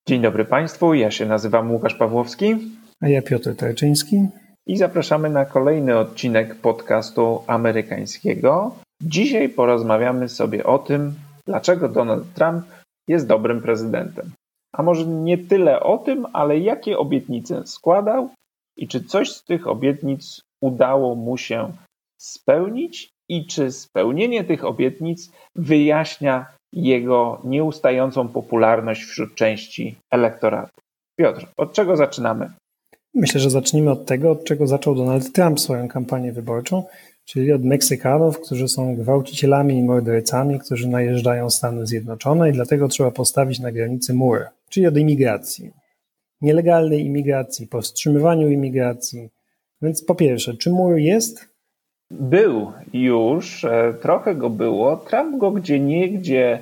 Dzień dobry Państwu, ja się nazywam Łukasz Pawłowski. A ja Piotr Tarczyński. I zapraszamy na kolejny odcinek podcastu amerykańskiego. Dzisiaj porozmawiamy sobie o tym, dlaczego Donald Trump jest dobrym prezydentem. A może nie tyle o tym, ale jakie obietnice składał i czy coś z tych obietnic udało mu się spełnić i czy spełnienie tych obietnic wyjaśnia jego nieustającą popularność wśród części elektoratu. Piotr, od czego zaczynamy? Myślę, że zacznijmy od tego, od czego zaczął Donald Trump swoją kampanię wyborczą, czyli od Meksykanów, którzy są gwałcicielami i mordercami, którzy najeżdżają Stany Zjednoczone i dlatego trzeba postawić na granicy mur, czyli od imigracji, nielegalnej imigracji, powstrzymywaniu imigracji. Więc po pierwsze, czy mur jest? Był już, trochę go było. Trump go gdzieniegdzie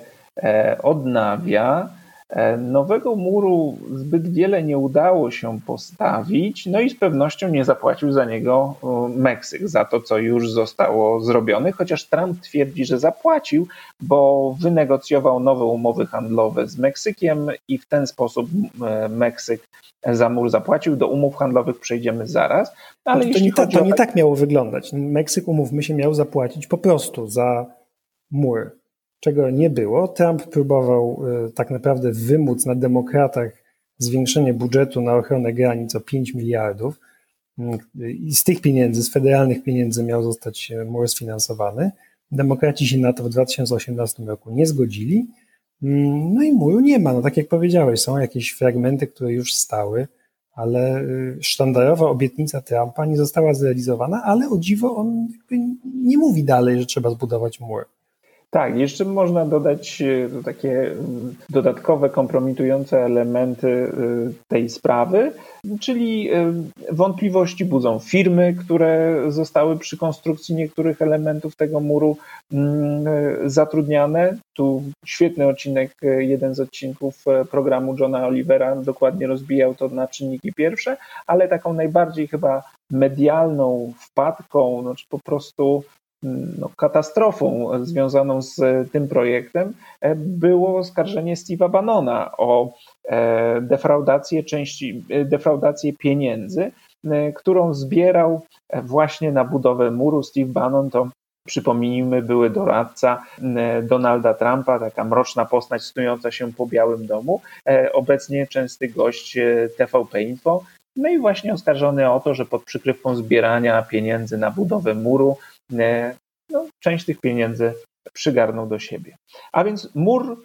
odnawia. Nowego muru zbyt wiele nie udało się postawić, no i z pewnością nie zapłacił za niego Meksyk, za to, co już zostało zrobione, chociaż Trump twierdzi, że zapłacił, bo wynegocjował nowe umowy handlowe z Meksykiem i w ten sposób Meksyk za mur zapłacił. Do umów handlowych przejdziemy zaraz. Ale to nie tak miało wyglądać. Meksyk, umówmy się, miał zapłacić po prostu za mur. Czego nie było. Trump próbował tak naprawdę wymóc na demokratach zwiększenie budżetu na ochronę granic o 5 miliardów i z tych pieniędzy, z federalnych pieniędzy miał zostać mur sfinansowany. Demokraci się na to w 2018 roku nie zgodzili. No i muru nie ma. No tak jak powiedziałeś, są jakieś fragmenty, które już stały, ale sztandarowa obietnica Trumpa nie została zrealizowana, ale o dziwo on jakby nie mówi dalej, że trzeba zbudować mur. Tak, jeszcze można dodać takie dodatkowe, kompromitujące elementy tej sprawy, czyli wątpliwości budzą firmy, które zostały przy konstrukcji niektórych elementów tego muru zatrudniane. Tu świetny odcinek, jeden z odcinków programu Johna Olivera dokładnie rozbijał to na czynniki pierwsze, ale taką najbardziej chyba medialną wpadką, czy po prostu katastrofą związaną z tym projektem było oskarżenie Steve'a Bannona o defraudację pieniędzy, którą zbierał właśnie na budowę muru. Steve Bannon to, przypomnijmy, były doradca Donalda Trumpa, taka mroczna postać snująca się po Białym Domu, obecnie częsty gość TVP Info. No i właśnie oskarżony o to, że pod przykrywką zbierania pieniędzy na budowę muru część tych pieniędzy przygarnął do siebie. A więc mur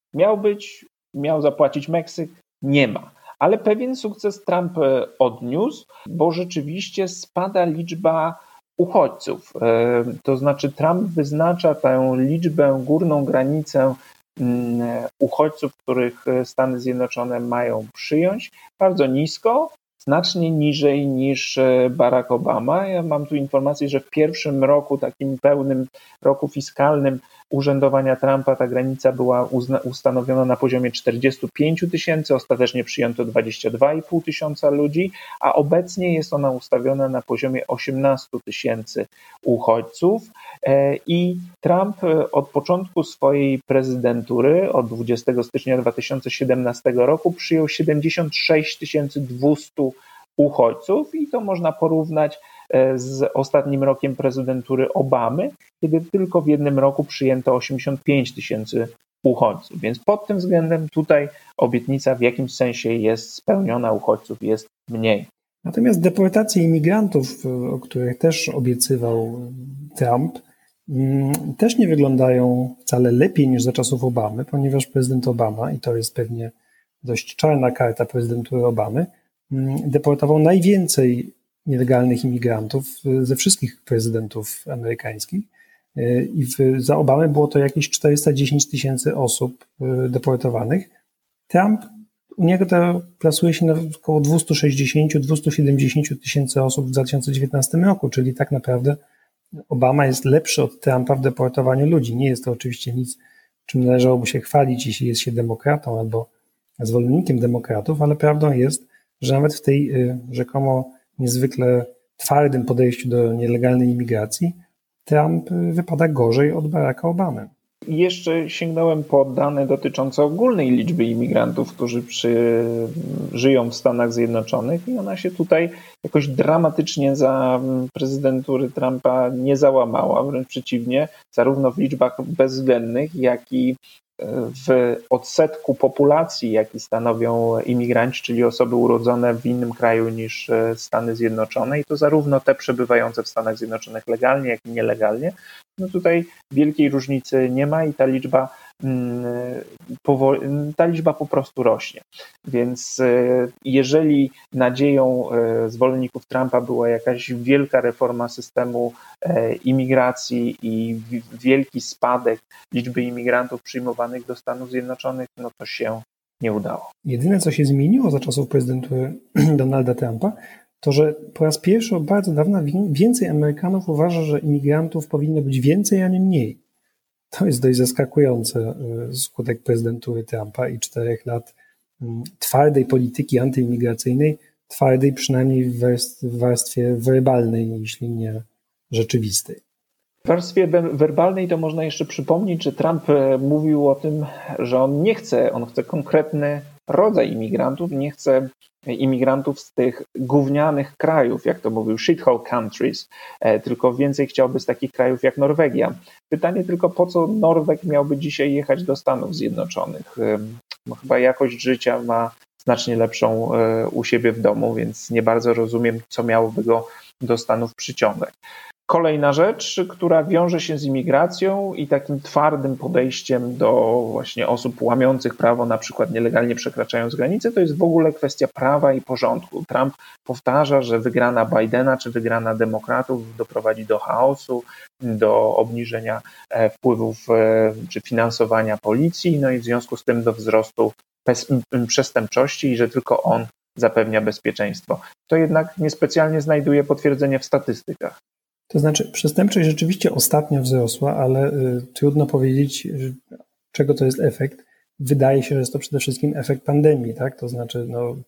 miał zapłacić Meksyk, nie ma. Ale pewien sukces Trump odniósł, bo rzeczywiście spada liczba uchodźców. To znaczy Trump wyznacza tę liczbę, górną granicę uchodźców, których Stany Zjednoczone mają przyjąć, bardzo nisko, znacznie niżej niż Barack Obama. Ja mam tu informację, że w pierwszym roku, takim pełnym roku fiskalnym urzędowania Trumpa, ta granica była ustanowiona na poziomie 45 000, ostatecznie przyjęto 22,5 tysiąca ludzi, a obecnie jest ona ustawiona na poziomie 18 000 uchodźców. I Trump od początku swojej prezydentury, od 20 stycznia 2017 roku, przyjął 76 200 uchodźców i to można porównać z ostatnim rokiem prezydentury Obamy, kiedy tylko w jednym roku przyjęto 85 000 uchodźców. Więc pod tym względem tutaj obietnica w jakimś sensie jest spełniona, uchodźców jest mniej. Natomiast deportacje imigrantów, o których też obiecywał Trump, też nie wyglądają wcale lepiej niż za czasów Obamy, ponieważ prezydent Obama, i to jest pewnie dość czarna karta prezydentury Obamy, deportował najwięcej nielegalnych imigrantów ze wszystkich prezydentów amerykańskich i za Obamy było to jakieś 410 000 osób deportowanych. Trump, u niego to plasuje się na około 260-270 tysięcy osób w 2019 roku, czyli tak naprawdę Obama jest lepszy od Trumpa w deportowaniu ludzi. Nie jest to oczywiście nic, czym należałoby się chwalić, jeśli jest się demokratą albo zwolennikiem demokratów, ale prawdą jest, że nawet w tej rzekomo niezwykle twardym podejściu do nielegalnej imigracji Trump wypada gorzej od Baracka Obamy. Jeszcze sięgnąłem po dane dotyczące ogólnej liczby imigrantów, którzy żyją w Stanach Zjednoczonych i ona się tutaj jakoś dramatycznie za prezydentury Trumpa nie załamała, wręcz przeciwnie, zarówno w liczbach bezwzględnych, jak i w odsetku populacji, jaki stanowią imigranci, czyli osoby urodzone w innym kraju niż Stany Zjednoczone i to zarówno te przebywające w Stanach Zjednoczonych legalnie, jak i nielegalnie. No tutaj wielkiej różnicy nie ma i ta liczba po prostu rośnie. Więc jeżeli nadzieją zwolenników Trumpa była jakaś wielka reforma systemu imigracji i wielki spadek liczby imigrantów przyjmowanych do Stanów Zjednoczonych, no to się nie udało. Jedyne, co się zmieniło za czasów prezydentury Donalda Trumpa, to że po raz pierwszy od bardzo dawna więcej Amerykanów uważa, że imigrantów powinno być więcej, a nie mniej. To jest dość zaskakujące skutek prezydentury Trumpa i 4 lat twardej polityki antyimigracyjnej, twardej przynajmniej w warstwie werbalnej, jeśli nie rzeczywistej. W warstwie werbalnej to można jeszcze przypomnieć, że Trump mówił o tym, że on chce konkretny rodzaj imigrantów, nie chce imigrantów z tych gównianych krajów, jak to mówił, shithole countries, tylko więcej chciałby z takich krajów jak Norwegia. Pytanie tylko, po co Norweg miałby dzisiaj jechać do Stanów Zjednoczonych? Chyba jakość życia ma znacznie lepszą u siebie w domu, więc nie bardzo rozumiem, co miałoby go do Stanów przyciągać. Kolejna rzecz, która wiąże się z imigracją i takim twardym podejściem do właśnie osób łamiących prawo, na przykład nielegalnie przekraczając granicę, to jest w ogóle kwestia prawa i porządku. Trump powtarza, że wygrana Bidena czy wygrana demokratów doprowadzi do chaosu, do obniżenia wpływów czy finansowania policji, no i w związku z tym do wzrostu przestępczości i że tylko on zapewnia bezpieczeństwo. To jednak niespecjalnie znajduje potwierdzenie w statystykach. To znaczy, przestępczość rzeczywiście ostatnio wzrosła, ale trudno powiedzieć, czego to jest efekt. Wydaje się, że jest to przede wszystkim efekt pandemii, tak? To znaczy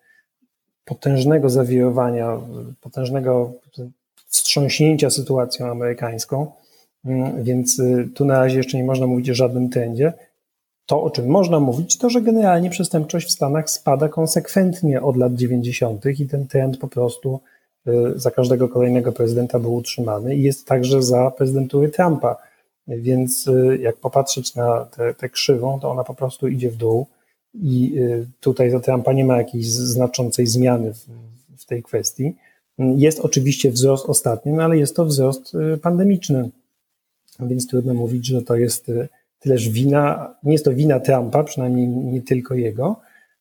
potężnego zawirowania, potężnego wstrząśnięcia sytuacją amerykańską, więc tu na razie jeszcze nie można mówić o żadnym trendzie. To, o czym można mówić, to, że generalnie przestępczość w Stanach spada konsekwentnie od lat 90. i ten trend po prostu za każdego kolejnego prezydenta był utrzymany i jest także za prezydentury Trumpa. Więc jak popatrzeć na tę krzywą, to ona po prostu idzie w dół i tutaj za Trumpa nie ma jakiejś znaczącej zmiany w tej kwestii. Jest oczywiście wzrost ostatni, no ale jest to wzrost pandemiczny, więc trudno mówić, że to jest tyleż wina, nie jest to wina Trumpa, przynajmniej nie tylko jego,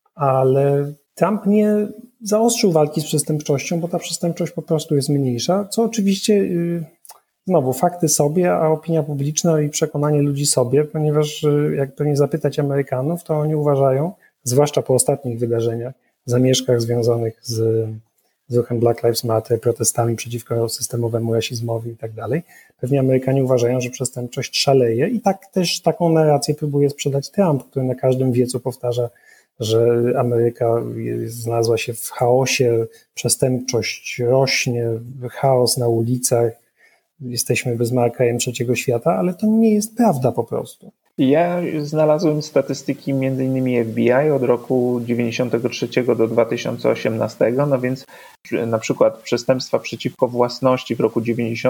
ale Trump nie zaostrzył walki z przestępczością, bo ta przestępczość po prostu jest mniejsza, co oczywiście znowu fakty sobie, a opinia publiczna i przekonanie ludzi sobie, ponieważ jak pewnie zapytać Amerykanów, to oni uważają, zwłaszcza po ostatnich wydarzeniach, zamieszkach związanych z ruchem Black Lives Matter, protestami przeciwko systemowemu rasizmowi i tak dalej, pewnie Amerykanie uważają, że przestępczość szaleje i tak też taką narrację próbuje sprzedać Trump, który na każdym wiecu powtarza, że Ameryka znalazła się w chaosie, przestępczość rośnie, chaos na ulicach, jesteśmy bezmarkrajem trzeciego świata, ale to nie jest prawda po prostu. Ja znalazłem statystyki m.in. FBI od roku 1993 do 2018, no więc na przykład przestępstwa przeciwko własności w roku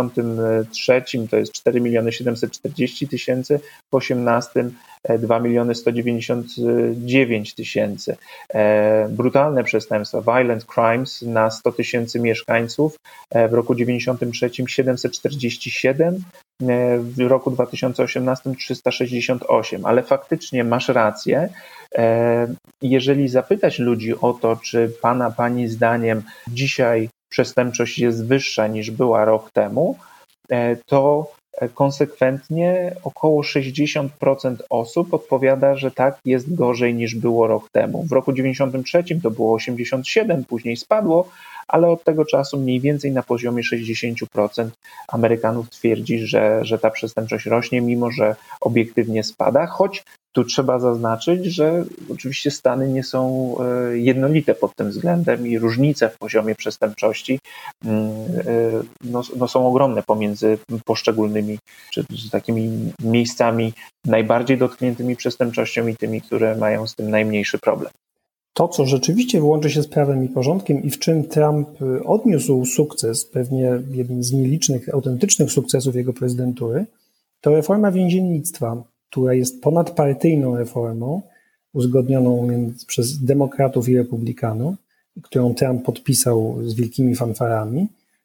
1993 to jest 4 740 000, w 2018 2 199 000. Brutalne przestępstwa, violent crimes na 100 000 mieszkańców w roku 1993 747, w roku 2018 368, ale faktycznie masz rację. Jeżeli zapytać ludzi o to, czy pani zdaniem dzisiaj przestępczość jest wyższa niż była rok temu, to konsekwentnie około 60% osób odpowiada, że tak, jest gorzej niż było rok temu. W roku 1993 to było 87%, później spadło, ale od tego czasu mniej więcej na poziomie 60% Amerykanów twierdzi, że ta przestępczość rośnie, mimo że obiektywnie spada, choć tu trzeba zaznaczyć, że oczywiście Stany nie są jednolite pod tym względem i różnice w poziomie przestępczości są ogromne pomiędzy poszczególnymi czy takimi miejscami najbardziej dotkniętymi przestępczością i tymi, które mają z tym najmniejszy problem. To, co rzeczywiście łączy się z prawem i porządkiem i w czym Trump odniósł sukces, pewnie jeden z nielicznych, autentycznych sukcesów jego prezydentury, to reforma więziennictwa, która jest ponadpartyjną reformą, uzgodnioną przez demokratów i republikanów, którą Trump podpisał z wielkimi fanfarami,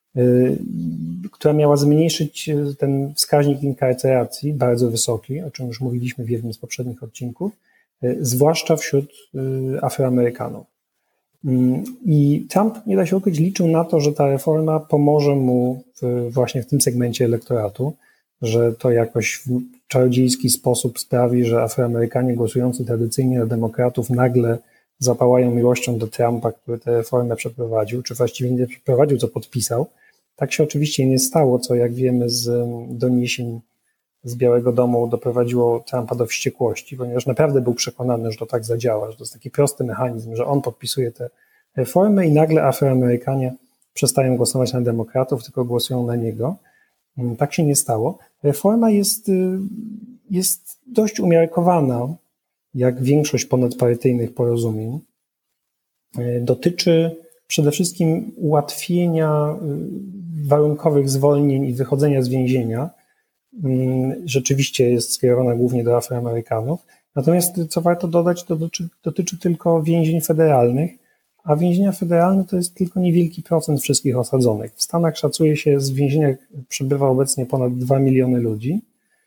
która miała zmniejszyć ten wskaźnik inkarceracji, bardzo wysoki, o czym już mówiliśmy w jednym z poprzednich odcinków, zwłaszcza wśród Afroamerykanów. I Trump, nie da się ukryć, liczył na to, że ta reforma pomoże mu właśnie w tym segmencie elektoratu, że to jakoś w czarodziejski sposób sprawi, że Afroamerykanie głosujący tradycyjnie na demokratów nagle zapałają miłością do Trumpa, który tę reformę przeprowadził, czy właściwie nie przeprowadził, co podpisał. Tak się oczywiście nie stało, co jak wiemy z doniesień z Białego Domu doprowadziło Trumpa do wściekłości, ponieważ naprawdę był przekonany, że to tak zadziała, że to jest taki prosty mechanizm, że on podpisuje te reformy i nagle Afroamerykanie przestają głosować na demokratów, tylko głosują na niego. Tak się nie stało. Reforma jest dość umiarkowana, jak większość ponadpartyjnych porozumień. Dotyczy przede wszystkim ułatwienia warunkowych zwolnień i wychodzenia z więzienia. Rzeczywiście jest skierowana głównie do Afroamerykanów. Natomiast, co warto dodać, to dotyczy tylko więzień federalnych, a więzienia federalne to jest tylko niewielki procent wszystkich osadzonych. W Stanach szacuje się, że w więzieniach przebywa obecnie ponad 2 miliony ludzi,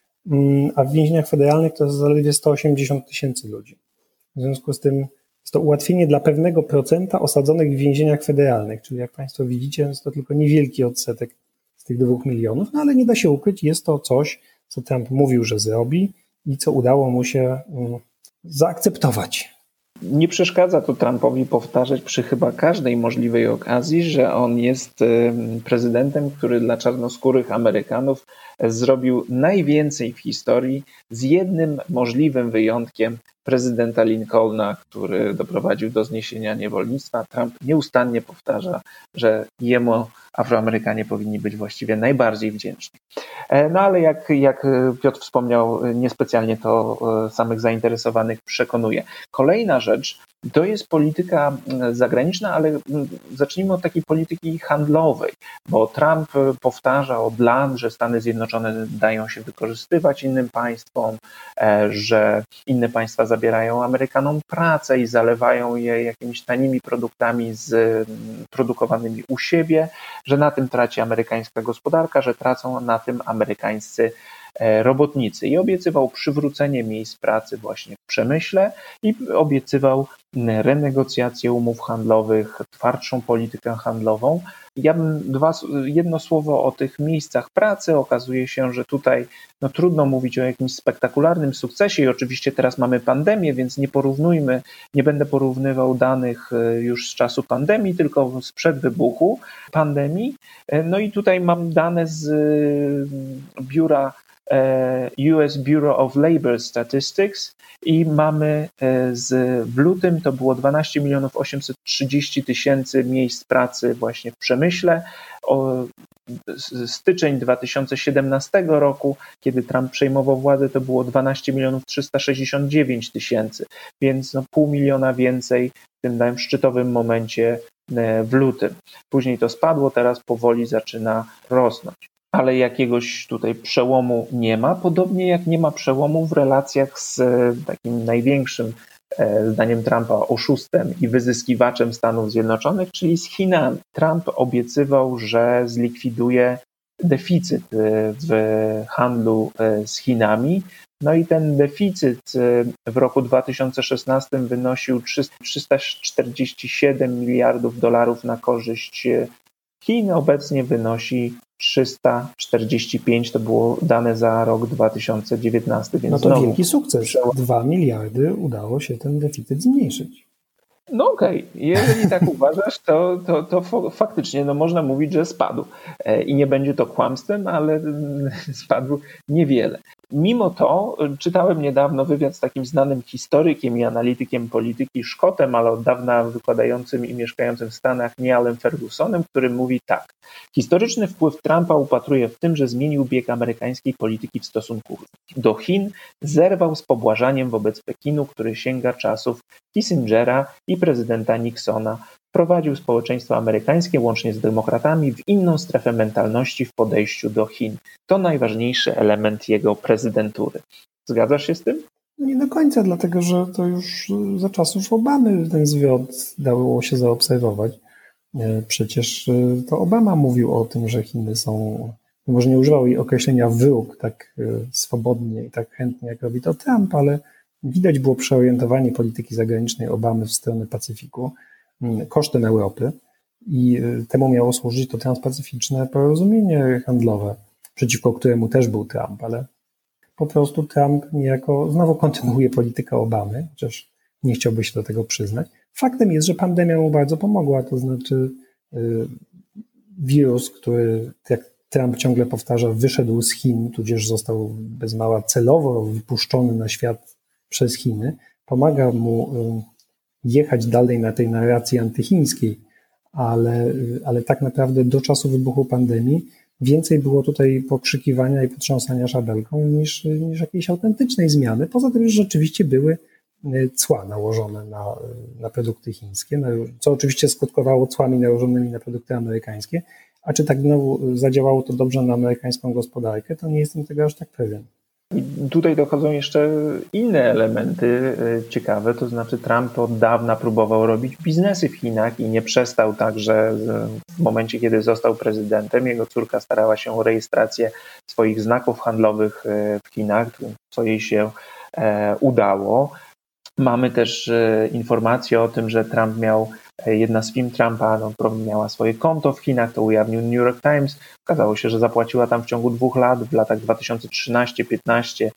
a w więzieniach federalnych to jest zaledwie 180 000 ludzi. W związku z tym jest to ułatwienie dla pewnego procenta osadzonych w więzieniach federalnych, czyli jak Państwo widzicie, jest to tylko niewielki odsetek z tych 2 milionów, no ale nie da się ukryć, jest to coś, co Trump mówił, że zrobi i co udało mu się zaakceptować. Nie przeszkadza to Trumpowi powtarzać przy chyba każdej możliwej okazji, że on jest prezydentem, który dla czarnoskórych Amerykanów zrobił najwięcej w historii, z jednym możliwym wyjątkiem prezydenta Lincolna, który doprowadził do zniesienia niewolnictwa. Trump nieustannie powtarza, że jemu Afroamerykanie powinni być właściwie najbardziej wdzięczni. No ale jak Piotr wspomniał, niespecjalnie to samych zainteresowanych przekonuje. Kolejna rzecz to jest polityka zagraniczna, ale zacznijmy od takiej polityki handlowej, bo Trump powtarza od lat, że Stany Zjednoczone dają się wykorzystywać innym państwom, że inne państwa zabierają Amerykanom pracę i zalewają je jakimiś tanimi produktami produkowanymi u siebie, że na tym traci amerykańska gospodarka, że tracą na tym amerykańscy robotnicy i obiecywał przywrócenie miejsc pracy właśnie w przemyśle i obiecywał renegocjację umów handlowych, twardszą politykę handlową. Ja bym jedno słowo o tych miejscach pracy. Okazuje się, że tutaj trudno mówić o jakimś spektakularnym sukcesie i oczywiście teraz mamy pandemię, więc nie będę porównywał danych już z czasu pandemii, tylko sprzed wybuchu pandemii. No i tutaj mam dane z biura US Bureau of Labor Statistics i mamy w lutym to było 12 830 000 miejsc pracy właśnie w przemyśle. Styczeń 2017 roku, kiedy Trump przejmował władzę, to było 12 369 000, więc 500 000 więcej w tym szczytowym momencie w lutym. Później to spadło, teraz powoli zaczyna rosnąć. Ale jakiegoś tutaj przełomu nie ma, podobnie jak nie ma przełomu w relacjach z takim największym, zdaniem Trumpa, oszustem i wyzyskiwaczem Stanów Zjednoczonych, czyli z Chinami. Trump obiecywał, że zlikwiduje deficyt w handlu z Chinami. No i ten deficyt w roku 2016 wynosił 347 miliardów dolarów na korzyść Chin, obecnie wynosi 345, to było dane za rok 2019. Więc no to wielki sukces. 2 miliardy udało się ten deficyt zmniejszyć. No okej, jeżeli tak uważasz, to faktycznie można mówić, że spadł. I nie będzie to kłamstwem, ale spadł niewiele. Mimo to czytałem niedawno wywiad z takim znanym historykiem i analitykiem polityki, Szkotem, ale od dawna wykładającym i mieszkającym w Stanach, Niallem Fergusonem, który mówi tak. Historyczny wpływ Trumpa upatruje w tym, że zmienił bieg amerykańskiej polityki w stosunku do Chin, zerwał z pobłażaniem wobec Pekinu, który sięga czasów Kissingera i prezydenta Nixona. Wprowadził społeczeństwo amerykańskie łącznie z demokratami w inną strefę mentalności w podejściu do Chin. To najważniejszy element jego prezydentury. Zgadzasz się z tym? Nie do końca, dlatego że to już za czasów Obamy ten zwrot dało się zaobserwować. Przecież to Obama mówił o tym, że Chiny są, może nie używał jej określenia wróg tak swobodnie i tak chętnie, jak robi to Trump, ale widać było przeorientowanie polityki zagranicznej Obamy w stronę Pacyfiku kosztem Europy i temu miało służyć to transpacyficzne porozumienie handlowe, przeciwko któremu też był Trump, ale po prostu Trump niejako znowu kontynuuje politykę Obamy, chociaż nie chciałby się do tego przyznać. Faktem jest, że pandemia mu bardzo pomogła, to znaczy wirus, który, jak Trump ciągle powtarza, wyszedł z Chin, tudzież został bez mała celowo wypuszczony na świat przez Chiny, pomaga mu jechać dalej na tej narracji antychińskiej, ale tak naprawdę do czasu wybuchu pandemii więcej było tutaj pokrzykiwania i potrząsania szabelką niż jakiejś autentycznej zmiany. Poza tym, że rzeczywiście były cła nałożone na produkty chińskie, co oczywiście skutkowało cłami nałożonymi na produkty amerykańskie. A czy tak znowu zadziałało to dobrze na amerykańską gospodarkę, to nie jestem tego aż tak pewien. I tutaj dochodzą jeszcze inne elementy ciekawe, to znaczy Trump od dawna próbował robić biznesy w Chinach i nie przestał także w momencie, kiedy został prezydentem. Jego córka starała się o rejestrację swoich znaków handlowych w Chinach, co jej się udało. Mamy też informacje o tym, że jedna z firm Trumpa miała swoje konto w Chinach, to ujawnił New York Times. Okazało się, że zapłaciła tam w ciągu 2 lat, w latach 2013-15,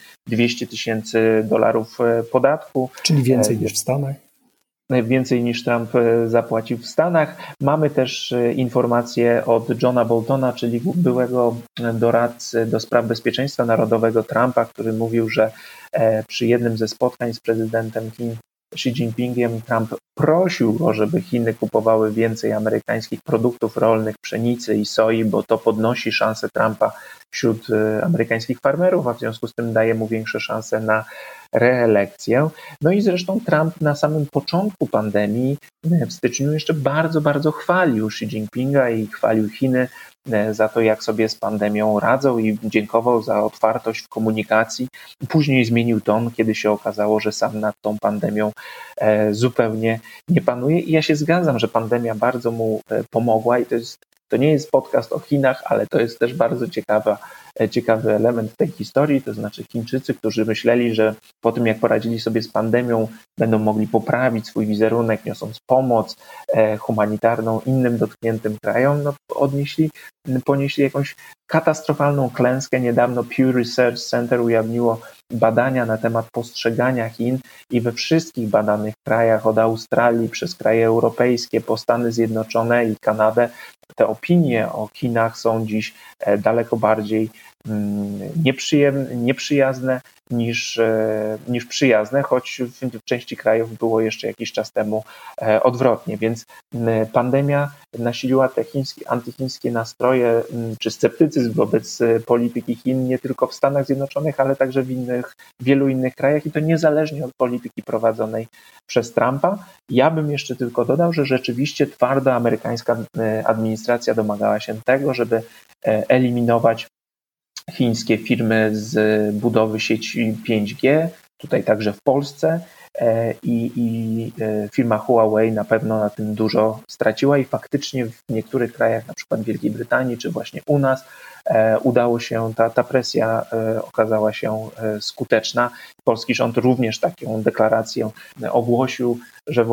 $200,000 podatku. Czyli więcej niż w Stanach. Więcej niż Trump zapłacił w Stanach. Mamy też informacje od Johna Boltona, czyli byłego doradcy do spraw bezpieczeństwa narodowego Trumpa, który mówił, że przy jednym ze spotkań z prezydentem Chin Xi Jinpingiem Trump prosił go, żeby Chiny kupowały więcej amerykańskich produktów rolnych, pszenicy i soi, bo to podnosi szanse Trumpa wśród amerykańskich farmerów, a w związku z tym daje mu większe szanse na reelekcję. No i zresztą Trump na samym początku pandemii w styczniu jeszcze bardzo, bardzo chwalił Xi Jinpinga i chwalił Chiny za to, jak sobie z pandemią radzą i dziękował za otwartość w komunikacji. Później zmienił ton, kiedy się okazało, że sam nad tą pandemią zupełnie nie panuje. I ja się zgadzam, że pandemia bardzo mu pomogła i to nie jest podcast o Chinach, ale to jest też bardzo ciekawy element tej historii, to znaczy Chińczycy, którzy myśleli, że po tym jak poradzili sobie z pandemią, będą mogli poprawić swój wizerunek, niosąc pomoc humanitarną innym dotkniętym krajom, ponieśli jakąś katastrofalną klęskę. Niedawno Pew Research Center ujawniło badania na temat postrzegania Chin i we wszystkich badanych krajach, od Australii przez kraje europejskie po Stany Zjednoczone i Kanadę, te opinie o Chinach są dziś daleko bardziej nieprzyjazne niż przyjazne, choć w części krajów było jeszcze jakiś czas temu odwrotnie. Więc pandemia nasiliła te antychińskie nastroje czy sceptycyzm wobec polityki Chin nie tylko w Stanach Zjednoczonych, ale także w wielu innych krajach i to niezależnie od polityki prowadzonej przez Trumpa. Ja bym jeszcze tylko dodał, że rzeczywiście twarda amerykańska administracja domagała się tego, żeby eliminować chińskie firmy z budowy sieci 5G, tutaj także w Polsce i firma Huawei na pewno na tym dużo straciła i faktycznie w niektórych krajach, na przykład w Wielkiej Brytanii czy właśnie u nas udało się, ta presja okazała się skuteczna. Polski rząd również taką deklarację ogłosił, że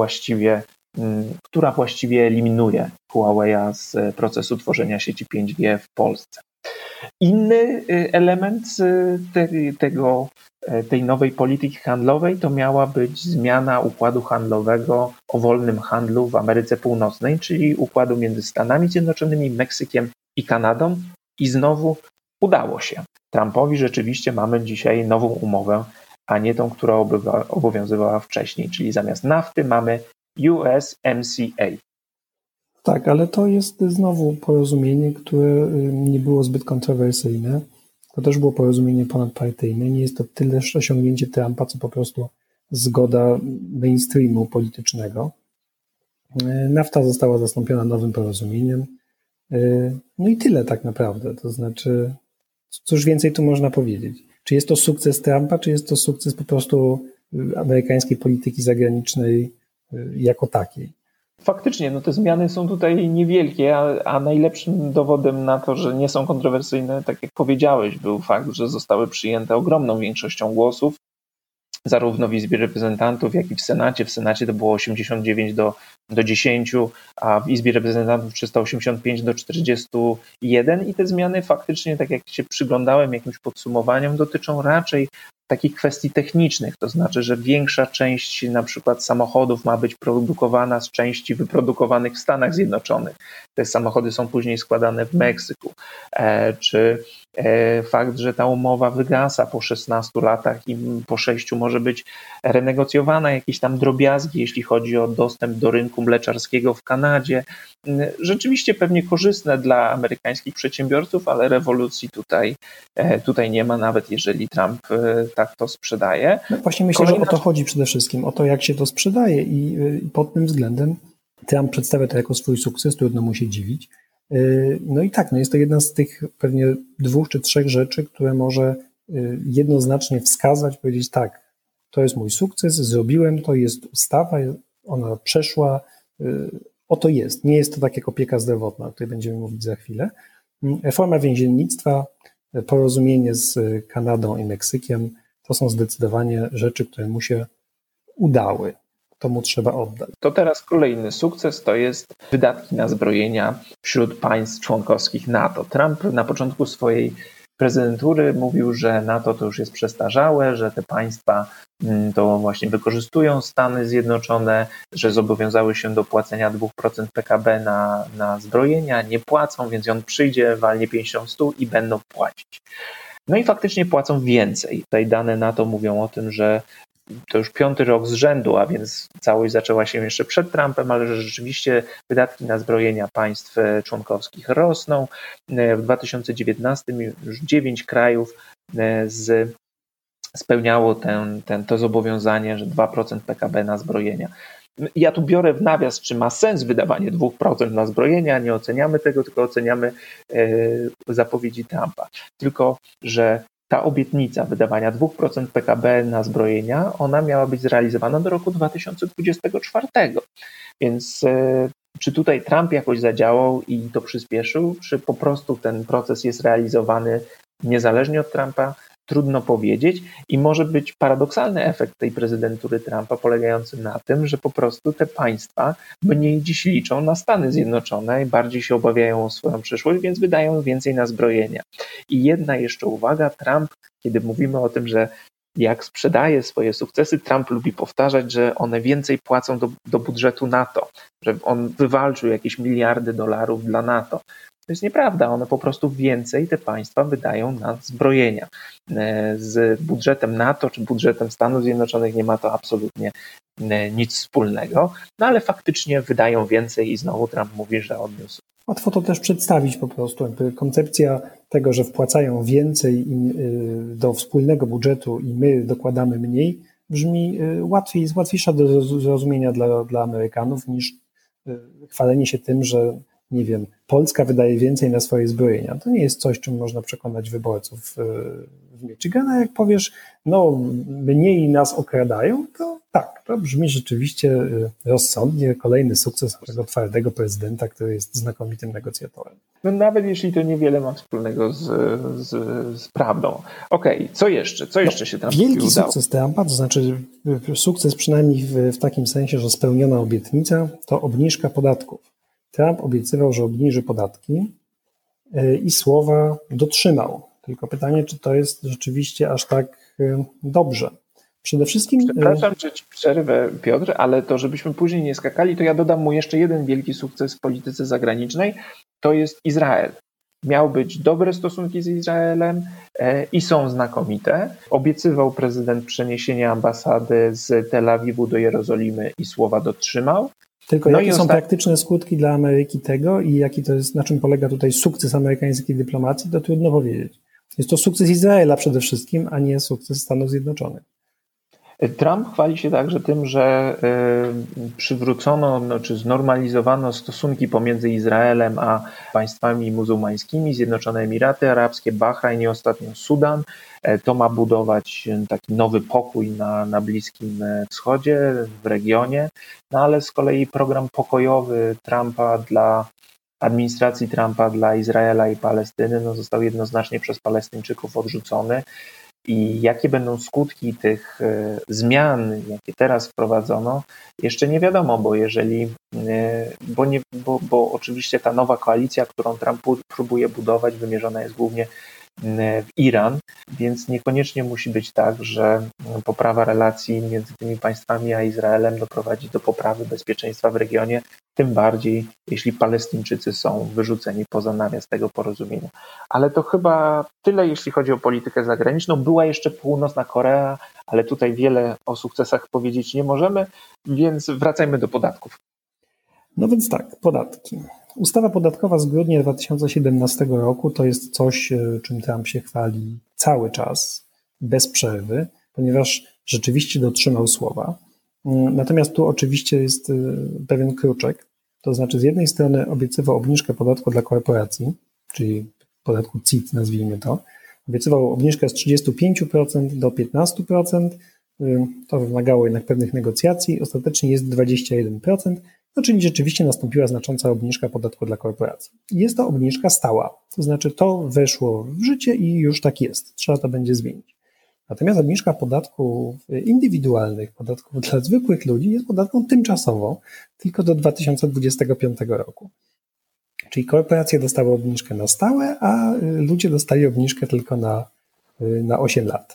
która właściwie eliminuje Huawei'a z procesu tworzenia sieci 5G w Polsce. Inny element tej nowej polityki handlowej to miała być zmiana układu handlowego o wolnym handlu w Ameryce Północnej, czyli układu między Stanami Zjednoczonymi, Meksykiem i Kanadą. I znowu udało się. Trumpowi rzeczywiście mamy dzisiaj nową umowę, a nie tą, która obowiązywała wcześniej, czyli zamiast NAFTA mamy USMCA. Tak, ale to jest znowu porozumienie, które nie było zbyt kontrowersyjne. To też było porozumienie ponadpartyjne. Nie jest to tyle osiągnięcie Trumpa, co po prostu zgoda mainstreamu politycznego. NAFTA została zastąpiona nowym porozumieniem. No i tyle tak naprawdę. To znaczy, cóż więcej tu można powiedzieć? Czy jest to sukces Trumpa, czy jest to sukces po prostu amerykańskiej polityki zagranicznej jako takiej? Faktycznie, te zmiany są tutaj niewielkie, a najlepszym dowodem na to, że nie są kontrowersyjne, tak jak powiedziałeś, był fakt, że zostały przyjęte ogromną większością głosów, zarówno w Izbie Reprezentantów, jak i w Senacie. W Senacie to było 89 do 10, a w Izbie Reprezentantów 385 do 41 i te zmiany faktycznie, tak jak się przyglądałem jakimś podsumowaniom, dotyczą raczej takich kwestii technicznych, to znaczy, że większa część na przykład samochodów ma być produkowana z części wyprodukowanych w Stanach Zjednoczonych. Te samochody są później składane w Meksyku. Czy fakt, że ta umowa wygasa po 16 latach i po 6 może być renegocjowana, jakieś tam drobiazgi, jeśli chodzi o dostęp do rynku mleczarskiego w Kanadzie. Rzeczywiście pewnie korzystne dla amerykańskich przedsiębiorców, ale rewolucji tutaj nie ma, nawet jeżeli Trump tak to sprzedaje. No właśnie myślę, że o to chodzi przede wszystkim, o to, jak się to sprzedaje i pod tym względem Trump przedstawia to jako swój sukces, trudno mu się dziwić. No i tak, jest to jedna z tych pewnie 2 czy 3 rzeczy, które może jednoznacznie wskazać, powiedzieć tak, to jest mój sukces, zrobiłem to, jest ustawa, ona przeszła, oto jest. Nie jest to tak jak opieka zdrowotna, o której będziemy mówić za chwilę. Reforma więziennictwa, porozumienie z Kanadą i Meksykiem, to są zdecydowanie rzeczy, które mu się udały. To mu trzeba oddać. To teraz kolejny sukces to jest wydatki na zbrojenia wśród państw członkowskich NATO. Trump na początku swojej prezydentury mówił, że NATO to już jest przestarzałe, że te państwa to właśnie wykorzystują Stany Zjednoczone, że zobowiązały się do płacenia 2% PKB na zbrojenia, nie płacą, więc on przyjdzie, walnie pięścią w stół i będą płacić. No i faktycznie płacą więcej. Tutaj dane NATO mówią o tym, że to już 5. rok z rzędu, a więc całość zaczęła się jeszcze przed Trumpem, ale że rzeczywiście wydatki na zbrojenia państw członkowskich rosną. W 2019 już 9 krajów spełniało to zobowiązanie, że 2% PKB na zbrojenia. Ja tu biorę w nawias, czy ma sens wydawanie 2% na zbrojenia, nie oceniamy tego, tylko oceniamy zapowiedzi Trumpa. Tylko, że ta obietnica wydawania 2% PKB na zbrojenia, ona miała być zrealizowana do roku 2024. Więc czy tutaj Trump jakoś zadziałał i to przyspieszył, czy po prostu ten proces jest realizowany niezależnie od Trumpa? Trudno powiedzieć i może być paradoksalny efekt tej prezydentury Trumpa polegający na tym, że po prostu te państwa mniej dziś liczą na Stany Zjednoczone i bardziej się obawiają o swoją przyszłość, więc wydają więcej na zbrojenia. I jedna jeszcze uwaga, Trump, kiedy mówimy o tym, że jak sprzedaje swoje sukcesy, Trump lubi powtarzać, że one więcej płacą do budżetu NATO, że on wywalczył jakieś miliardy dolarów dla NATO. To jest nieprawda, one po prostu więcej te państwa wydają na zbrojenia. Z budżetem NATO czy budżetem Stanów Zjednoczonych nie ma to absolutnie nic wspólnego, no ale faktycznie wydają więcej i znowu Trump mówi, że odniósł. Łatwo to też przedstawić po prostu. Jakby koncepcja tego, że wpłacają więcej do wspólnego budżetu i my dokładamy mniej, brzmi łatwiej, jest łatwiejsza do zrozumienia dla Amerykanów niż chwalenie się tym, że nie wiem, Polska wydaje więcej na swoje zbrojenia. To nie jest coś, czym można przekonać wyborców w Michigana. Jak powiesz, mniej nas okradają, to tak, to brzmi rzeczywiście rozsądnie. Kolejny sukces tego twardego prezydenta, który jest znakomitym negocjatorem. No nawet jeśli to niewiele ma wspólnego z prawdą. Okej, co jeszcze? Co jeszcze się Trumpowi udało? Wielki sukces Trumpa, to znaczy sukces przynajmniej w takim sensie, że spełniona obietnica, to obniżka podatków. Trump obiecywał, że obniży podatki i słowa dotrzymał. Tylko pytanie, czy to jest rzeczywiście aż tak dobrze. Przede wszystkim... Przepraszam, że ci przerwę, Piotr, ale to żebyśmy później nie skakali, to ja dodam mu jeszcze jeden wielki sukces w polityce zagranicznej, to jest Izrael. Miał być dobre stosunki z Izraelem i są znakomite. Obiecywał prezydent przeniesienie ambasady z Tel Awiwu do Jerozolimy i słowa dotrzymał. Tylko jakie są praktyczne skutki dla Ameryki tego i jaki to jest, na czym polega tutaj sukces amerykańskiej dyplomacji, to trudno powiedzieć. Jest to sukces Izraela przede wszystkim, a nie sukces Stanów Zjednoczonych. Trump chwali się także tym, że przywrócono czy znormalizowano stosunki pomiędzy Izraelem a państwami muzułmańskimi, Zjednoczone Emiraty Arabskie, Bahrajn i ostatnio Sudan. To ma budować taki nowy pokój na Bliskim Wschodzie, w regionie, no ale z kolei program pokojowy administracji Trumpa dla Izraela i Palestyny został jednoznacznie przez Palestyńczyków odrzucony. I jakie będą skutki tych zmian, jakie teraz wprowadzono, jeszcze nie wiadomo, bo oczywiście ta nowa koalicja, którą Trump próbuje budować, wymierzona jest głównie w Iran, więc niekoniecznie musi być tak, że poprawa relacji między tymi państwami a Izraelem doprowadzi do poprawy bezpieczeństwa w regionie, tym bardziej jeśli Palestyńczycy są wyrzuceni poza nawias tego porozumienia. Ale to chyba tyle, jeśli chodzi o politykę zagraniczną. Była jeszcze Północna Korea, ale tutaj wiele o sukcesach powiedzieć nie możemy, więc wracajmy do podatków. No więc tak, podatki. Ustawa podatkowa z grudnia 2017 roku to jest coś, czym Trump się chwali cały czas, bez przerwy, ponieważ rzeczywiście dotrzymał słowa. Natomiast tu oczywiście jest pewien kruczek, to znaczy z jednej strony obiecywał obniżkę podatku dla korporacji, czyli podatku CIT nazwijmy to, obiecywał obniżkę z 35% do 15%, to wymagało jednak pewnych negocjacji, ostatecznie jest 21%, czyli rzeczywiście nastąpiła znacząca obniżka podatku dla korporacji. Jest to obniżka stała, to znaczy to weszło w życie i już tak jest, trzeba to będzie zmienić. Natomiast obniżka podatków indywidualnych, podatków dla zwykłych ludzi jest podatką tymczasową, tylko do 2025 roku. Czyli korporacje dostały obniżkę na stałe, a ludzie dostali obniżkę tylko na 8 lat.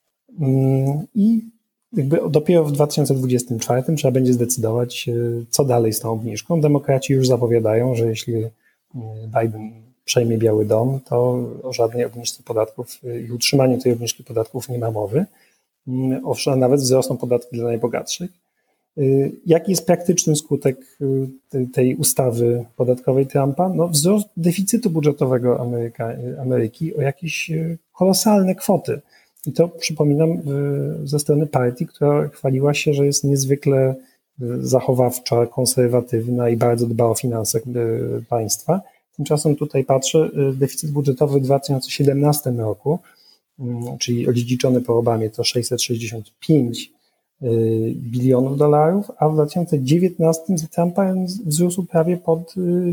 I jakby dopiero w 2024 trzeba będzie zdecydować, co dalej z tą obniżką. Demokraci już zapowiadają, że jeśli Biden przejmie Biały Dom, to o żadnej obniżce podatków i utrzymaniu tej obniżki podatków nie ma mowy. Owszem, nawet wzrosną podatki dla najbogatszych. Jaki jest praktyczny skutek tej ustawy podatkowej Trumpa? No, wzrost deficytu budżetowego Ameryki o jakieś kolosalne kwoty. I to przypominam ze strony partii, która chwaliła się, że jest niezwykle zachowawcza, konserwatywna i bardzo dba o finanse państwa. Tymczasem tutaj patrzę, deficyt budżetowy w 2017 roku, czyli odziedziczony po Obamie, to 665 bilionów dolarów, a w 2019 za Trumpa wzrósł prawie pod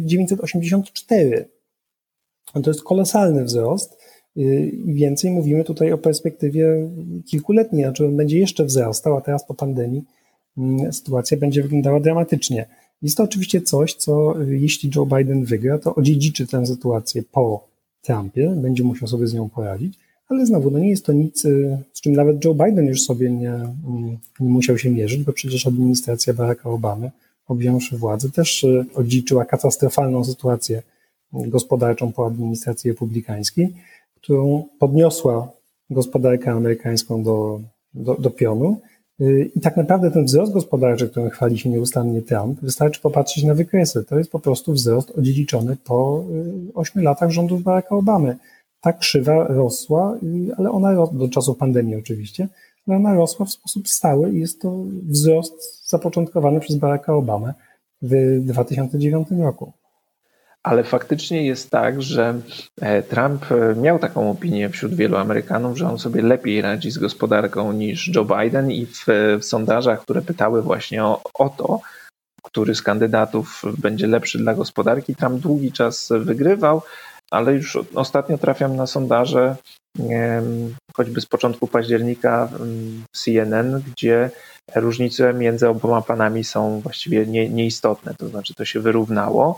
984. To jest kolosalny wzrost i więcej mówimy tutaj o perspektywie kilkuletniej, znaczy on będzie jeszcze wzrastał, a teraz po pandemii sytuacja będzie wyglądała dramatycznie. Jest to oczywiście coś, co jeśli Joe Biden wygra, to odziedziczy tę sytuację po Trumpie, będzie musiał sobie z nią poradzić, ale znowu, no nie jest to nic, z czym nawet Joe Biden już sobie nie musiał się mierzyć, bo przecież administracja Baracka Obamy, objąwszy władzę, też odziedziczyła katastrofalną sytuację gospodarczą po administracji republikańskiej, którą podniosła gospodarkę amerykańską do pionu. I tak naprawdę ten wzrost gospodarczy, którym chwali się nieustannie Trump, wystarczy popatrzeć na wykresy. To jest po prostu wzrost odziedziczony po 8 latach rządów Baracka Obamy. Ta krzywa rosła, ale ona do czasów pandemii oczywiście, ale ona rosła w sposób stały i jest to wzrost zapoczątkowany przez Baracka Obamę w 2009 roku. Ale faktycznie jest tak, że Trump miał taką opinię wśród wielu Amerykanów, że on sobie lepiej radzi z gospodarką niż Joe Biden i w sondażach, które pytały właśnie o to, który z kandydatów będzie lepszy dla gospodarki, Trump długi czas wygrywał, ale już ostatnio trafiam na sondaże, choćby z początku października CNN, gdzie różnice między oboma panami są właściwie nieistotne, to znaczy to się wyrównało.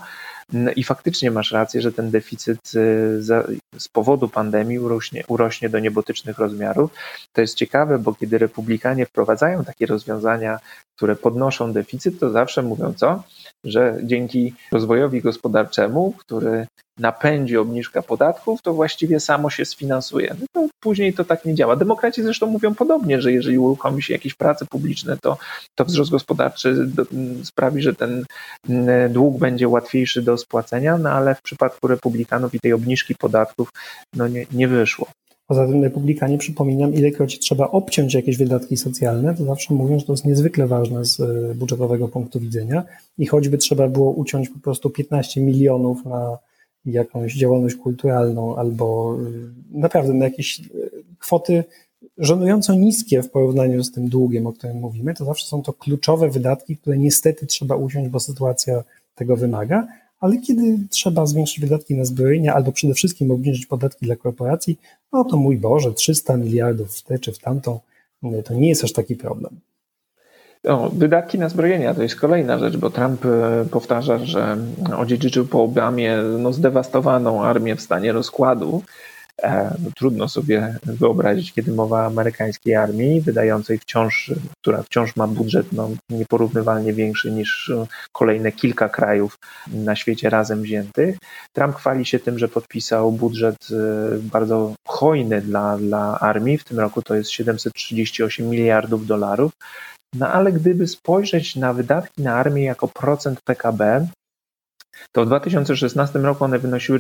I faktycznie masz rację, że ten deficyt z powodu pandemii urośnie do niebotycznych rozmiarów. To jest ciekawe, bo kiedy republikanie wprowadzają takie rozwiązania, które podnoszą deficyt, to zawsze mówią co? Że dzięki rozwojowi gospodarczemu, który napędzi obniżka podatków, to właściwie samo się sfinansuje. No to później to tak nie działa. Demokraci zresztą mówią podobnie, że jeżeli uruchomi się jakieś prace publiczne, to wzrost gospodarczy sprawi, że ten dług będzie łatwiejszy do spłacenia, no ale w przypadku republikanów i tej obniżki podatków nie wyszło. Poza tym republikanie, przypominam, ilekroć trzeba obciąć jakieś wydatki socjalne, to zawsze mówią, że to jest niezwykle ważne z budżetowego punktu widzenia i choćby trzeba było uciąć po prostu 15 milionów na jakąś działalność kulturalną albo naprawdę na jakieś kwoty żenująco niskie w porównaniu z tym długiem, o którym mówimy, to zawsze są to kluczowe wydatki, które niestety trzeba uciąć, bo sytuacja tego wymaga, ale kiedy trzeba zwiększyć wydatki na zbrojenia albo przede wszystkim obniżyć podatki dla korporacji, no to mój Boże, 300 miliardów w tę czy w tamtą, to nie jest aż taki problem. Wydatki na zbrojenia to jest kolejna rzecz, bo Trump powtarza, że odziedziczył po Obamie zdewastowaną armię w stanie rozkładu. Trudno sobie wyobrazić, kiedy mowa o amerykańskiej armii, która wciąż ma budżet nieporównywalnie większy niż kolejne kilka krajów na świecie razem wziętych. Trump chwali się tym, że podpisał budżet bardzo hojny dla armii. W tym roku to jest 738 miliardów dolarów. No ale gdyby spojrzeć na wydatki na armię jako procent PKB, to w 2016 roku one wynosiły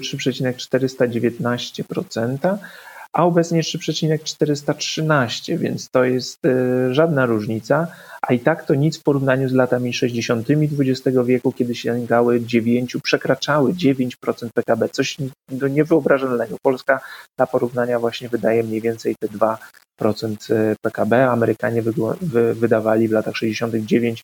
3,419%, a obecnie 3,413%, więc to jest żadna różnica, a i tak to nic w porównaniu z latami 60. XX wieku, kiedy przekraczały 9% PKB, coś do niewyobrażalnego. Polska dla porównania właśnie wydaje mniej więcej te 2% PKB, Amerykanie wydawali w latach 60.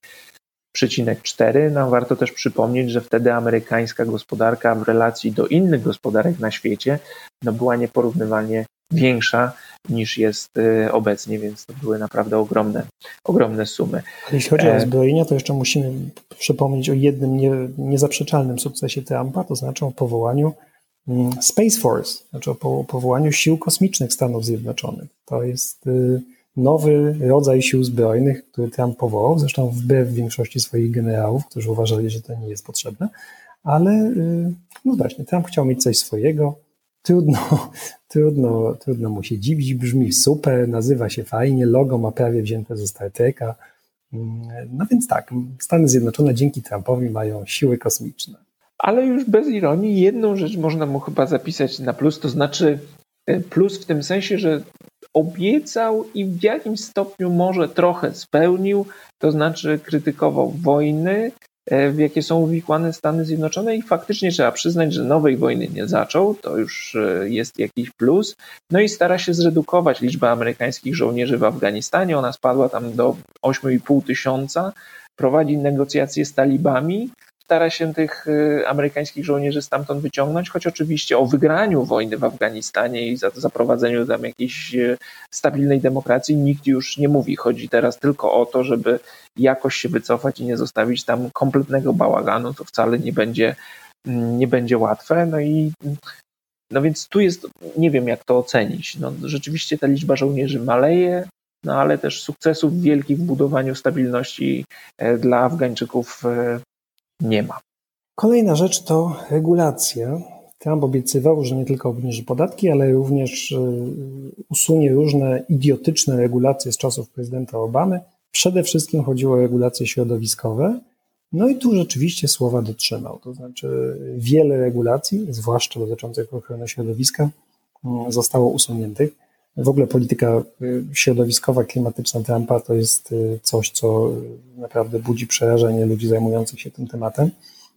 9,4. No, warto też przypomnieć, że wtedy amerykańska gospodarka w relacji do innych gospodarek na świecie była nieporównywalnie większa niż jest obecnie, więc to były naprawdę ogromne sumy. Jeśli chodzi o zbrojenia, to jeszcze musimy przypomnieć o jednym niezaprzeczalnym sukcesie Trumpa, to znaczy o powołaniu Space Force, znaczy o powołaniu sił kosmicznych Stanów Zjednoczonych. To jest nowy rodzaj sił zbrojnych, który Trump powołał, zresztą wbrew większości swoich generałów, którzy uważali, że to nie jest potrzebne, ale no właśnie, Trump chciał mieć coś swojego, trudno mu się dziwić, brzmi super, nazywa się fajnie, logo ma prawie wzięte ze Star Treka, no więc tak, Stany Zjednoczone dzięki Trumpowi mają siły kosmiczne. Ale już bez ironii, jedną rzecz można mu chyba zapisać na plus, to znaczy plus w tym sensie, że obiecał i w jakimś stopniu może trochę spełnił, to znaczy krytykował wojny, w jakie są uwikłane Stany Zjednoczone i faktycznie trzeba przyznać, że nowej wojny nie zaczął, to już jest jakiś plus. No i stara się zredukować liczbę amerykańskich żołnierzy w Afganistanie, ona spadła tam do 8,5 tysiąca, prowadzi negocjacje z talibami, stara się tych amerykańskich żołnierzy stamtąd wyciągnąć, choć oczywiście o wygraniu wojny w Afganistanie i zaprowadzeniu tam jakiejś stabilnej demokracji nikt już nie mówi. Chodzi teraz tylko o to, żeby jakoś się wycofać i nie zostawić tam kompletnego bałaganu. To wcale nie będzie łatwe. No więc tu jest, nie wiem jak to ocenić. No, rzeczywiście ta liczba żołnierzy maleje, no ale też sukcesów wielkich w budowaniu stabilności dla Afgańczyków nie ma. Kolejna rzecz to regulacje. Trump obiecywał, że nie tylko obniży podatki, ale również usunie różne idiotyczne regulacje z czasów prezydenta Obamy. Przede wszystkim chodziło o regulacje środowiskowe. No i tu rzeczywiście słowa dotrzymał. To znaczy wiele regulacji, zwłaszcza dotyczących ochrony środowiska, zostało usuniętych. W ogóle polityka środowiskowa, klimatyczna Trumpa to jest coś, co naprawdę budzi przerażenie ludzi zajmujących się tym tematem.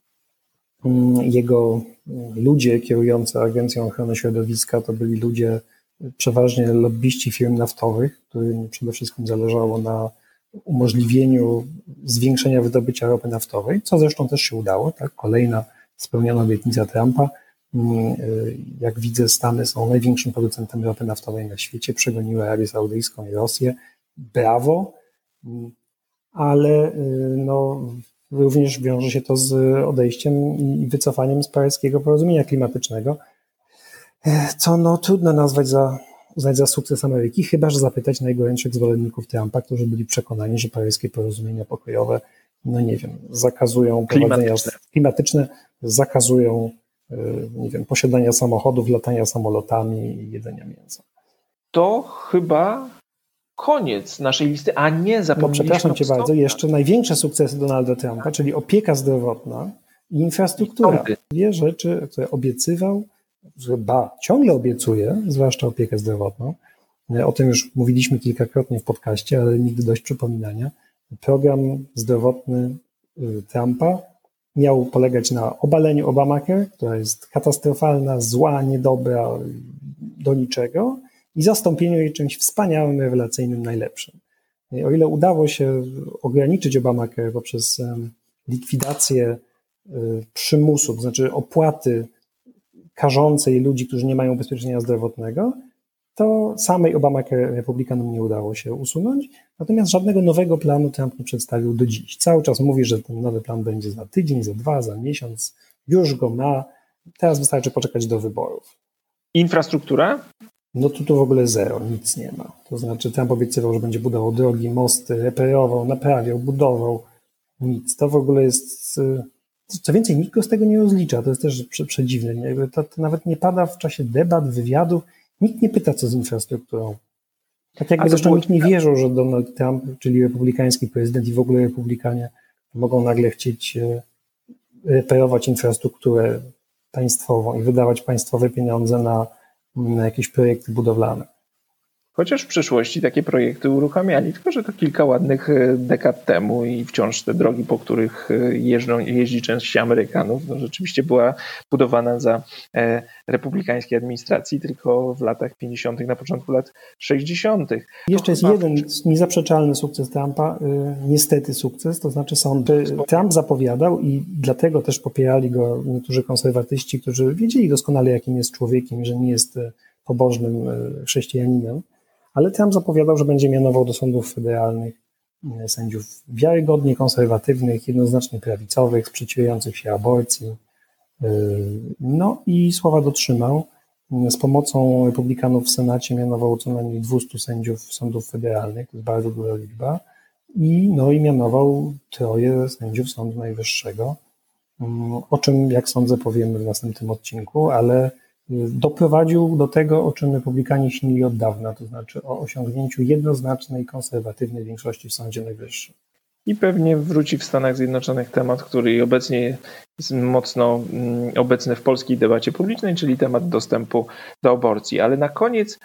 Jego ludzie kierujący Agencją Ochrony Środowiska to byli ludzie przeważnie lobbyści firm naftowych, którym przede wszystkim zależało na umożliwieniu zwiększenia wydobycia ropy naftowej, co zresztą też się udało. Tak? Kolejna spełniona obietnica Trumpa. Jak widzę, Stany są największym producentem ropy naftowej na świecie, przegoniły Arabię Saudyjską i Rosję. Brawo, ale no, również wiąże się to z odejściem i wycofaniem z paryskiego porozumienia klimatycznego, co trudno uznać za sukces Ameryki, chyba że zapytać najgorętszych zwolenników Trumpa, którzy byli przekonani, że paryskie porozumienia pokojowe, zakazują klimatyczne, zakazują, posiadania samochodów, latania samolotami i jedzenia mięsa. To chyba koniec naszej listy, a nie zapomnieliśmy. Przepraszam cię bardzo, jeszcze największe sukcesy Donalda Trumpa, czyli opieka zdrowotna i infrastruktura. Dwie rzeczy, które obiecywał, że ciągle obiecuje, zwłaszcza opiekę zdrowotną. O tym już mówiliśmy kilkakrotnie w podcaście, ale nigdy dość przypominania. Program zdrowotny Trumpa miał polegać na obaleniu Obamacare, która jest katastrofalna, zła, niedobra, do niczego, i zastąpieniu jej czymś wspaniałym, rewelacyjnym, najlepszym. O ile udało się ograniczyć Obamacare poprzez likwidację przymusu, to znaczy opłaty karzącej ludzi, którzy nie mają ubezpieczenia zdrowotnego, to samej Obamacare republikanom nie udało się usunąć, natomiast żadnego nowego planu Trump nie przedstawił do dziś. Cały czas mówi, że ten nowy plan będzie za tydzień, za 2, za miesiąc, już go ma, teraz wystarczy poczekać do wyborów. Infrastruktura? Tu w ogóle zero, nic nie ma. To znaczy Trump obiecywał, że będzie budował drogi, mosty, reperował, naprawiał, budował, nic. To w ogóle jest... Co więcej, nikt go z tego nie rozlicza, to jest też przedziwne. To nawet nie pada w czasie debat, wywiadów, nikt nie pyta, co z infrastrukturą. Tak jakby zresztą nikt nie wierzył, że Donald Trump, czyli republikański prezydent i w ogóle republikanie mogą nagle chcieć reperować infrastrukturę państwową i wydawać państwowe pieniądze na jakieś projekty budowlane. Chociaż w przeszłości takie projekty uruchamiali, tylko że to kilka ładnych dekad temu i wciąż te drogi, po których jeździ część Amerykanów, rzeczywiście była budowana za republikańskiej administracji, tylko w latach 50., na początku lat 60. Jeszcze jest jeden niezaprzeczalny sukces Trumpa, niestety sukces, to znaczy sądy. Trump zapowiadał i dlatego też popierali go niektórzy konserwatyści, którzy wiedzieli doskonale, jakim jest człowiekiem, że nie jest pobożnym chrześcijaninem, ale Trump zapowiadał, że będzie mianował do sądów federalnych sędziów wiarygodnie konserwatywnych, jednoznacznie prawicowych, sprzeciwiających się aborcji. I słowa dotrzymał. Z pomocą republikanów w Senacie mianował co najmniej 200 sędziów sądów federalnych, to jest bardzo duża liczba, i mianował 3 sędziów Sądu Najwyższego, o czym, jak sądzę, powiemy w następnym odcinku, ale doprowadził do tego, o czym republikanie śnili od dawna, to znaczy o osiągnięciu jednoznacznej, konserwatywnej większości w Sądzie Najwyższym. I pewnie wróci w Stanach Zjednoczonych temat, który obecnie jest mocno obecny w polskiej debacie publicznej, czyli temat dostępu do aborcji. Ale na koniec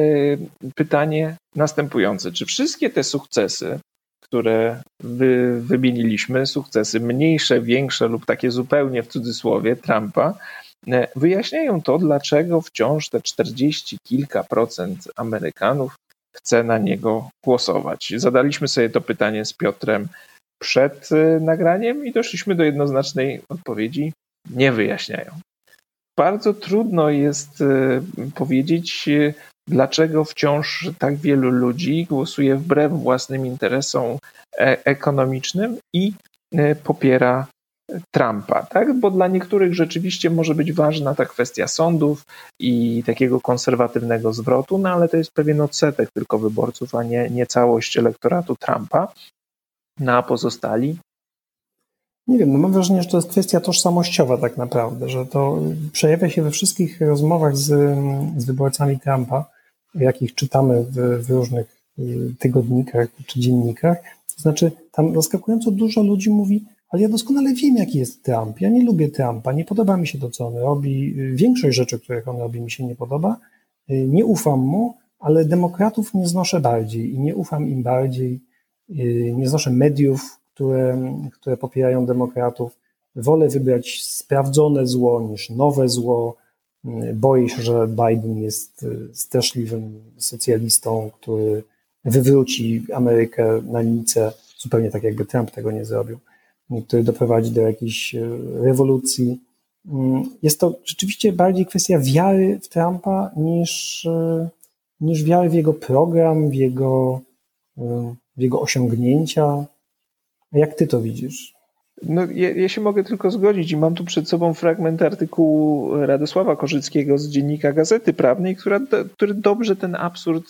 pytanie następujące. Czy wszystkie te sukcesy, które wymieniliśmy, sukcesy mniejsze, większe lub takie zupełnie w cudzysłowie Trumpa, wyjaśniają to, dlaczego wciąż te 40 kilka procent Amerykanów chce na niego głosować? Zadaliśmy sobie to pytanie z Piotrem przed nagraniem i doszliśmy do jednoznacznej odpowiedzi: nie wyjaśniają. Bardzo trudno jest powiedzieć, dlaczego wciąż tak wielu ludzi głosuje wbrew własnym interesom ekonomicznym i popiera Trumpa, tak? Bo dla niektórych rzeczywiście może być ważna ta kwestia sądów i takiego konserwatywnego zwrotu, ale to jest pewien odsetek tylko wyborców, a nie całość elektoratu Trumpa. A pozostali? Nie wiem, mam wrażenie, że to jest kwestia tożsamościowa tak naprawdę, że to przejawia się we wszystkich rozmowach z wyborcami Trumpa, jakich czytamy w różnych tygodnikach czy dziennikach. To znaczy, tam zaskakująco dużo ludzi mówi: ale ja doskonale wiem, jaki jest Trump. Ja nie lubię Trumpa, nie podoba mi się to, co on robi. Większość rzeczy, których on robi, mi się nie podoba. Nie ufam mu, ale demokratów nie znoszę bardziej i nie ufam im bardziej. Nie znoszę mediów, które popierają demokratów. Wolę wybrać sprawdzone zło niż nowe zło. Boję się, że Biden jest straszliwym socjalistą, który wywróci Amerykę na nicę, zupełnie tak, jakby Trump tego nie zrobił, który doprowadzi do jakiejś rewolucji. Jest to rzeczywiście bardziej kwestia wiary w Trumpa niż wiary w jego program, w jego osiągnięcia. A jak ty to widzisz? No, ja się mogę tylko zgodzić i mam tu przed sobą fragment artykułu Radosława Korzyckiego z Dziennika Gazety Prawnej, który dobrze ten absurd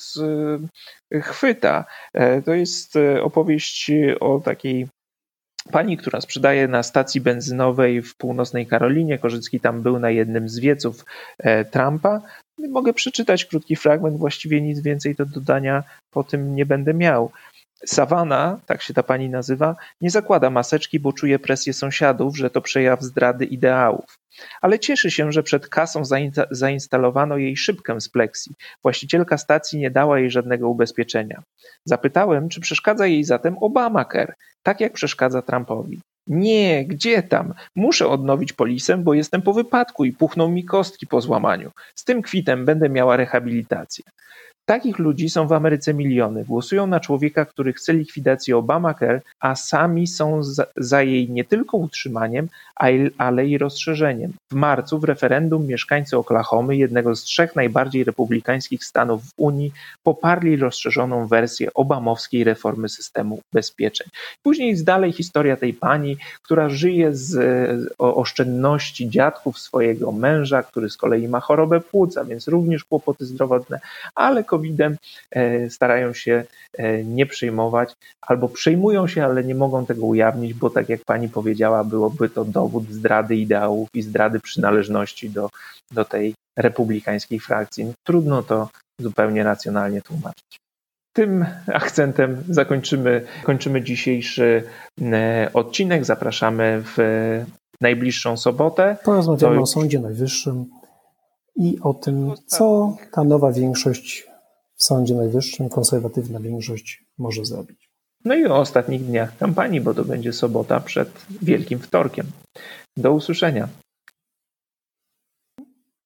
chwyta. To jest opowieść o takiej pani, która sprzedaje na stacji benzynowej w północnej Karolinie. Korzycki tam był na jednym z wieców Trumpa. Mogę przeczytać krótki fragment, właściwie nic więcej do dodania po tym nie będę miał. Savannah, tak się ta pani nazywa, nie zakłada maseczki, bo czuje presję sąsiadów, że to przejaw zdrady ideałów. Ale cieszy się, że przed kasą zainstalowano jej szybkę z pleksji. Właścicielka stacji nie dała jej żadnego ubezpieczenia. Zapytałem, czy przeszkadza jej zatem Obamacare, tak jak przeszkadza Trumpowi. Nie, gdzie tam? Muszę odnowić polisę, bo jestem po wypadku i puchną mi kostki po złamaniu. Z tym kwitem będę miała rehabilitację. Takich ludzi są w Ameryce miliony. Głosują na człowieka, który chce likwidacji Obamacare, a sami są za jej nie tylko utrzymaniem, ale i rozszerzeniem. W marcu w referendum mieszkańcy Oklahomy, jednego z 3 najbardziej republikańskich stanów w Unii, poparli rozszerzoną wersję obamowskiej reformy systemu ubezpieczeń. Później jest dalej historia tej pani, która żyje z oszczędności dziadków swojego męża, który z kolei ma chorobę płuc, a więc również kłopoty zdrowotne, ale COVID-em starają się nie przejmować, albo przejmują się, ale nie mogą tego ujawnić, bo tak jak pani powiedziała, byłoby to dowód zdrady ideałów i zdrady przynależności do tej republikańskiej frakcji. Trudno to zupełnie racjonalnie tłumaczyć. Tym akcentem kończymy dzisiejszy odcinek. Zapraszamy w najbliższą sobotę. Porozmawiamy o Sądzie Najwyższym i o tym, co ta nowa większość w Sądzie Najwyższym, konserwatywna większość może zrobić. No i o ostatnich dniach kampanii, bo to będzie sobota przed Wielkim Wtorkiem. Do usłyszenia.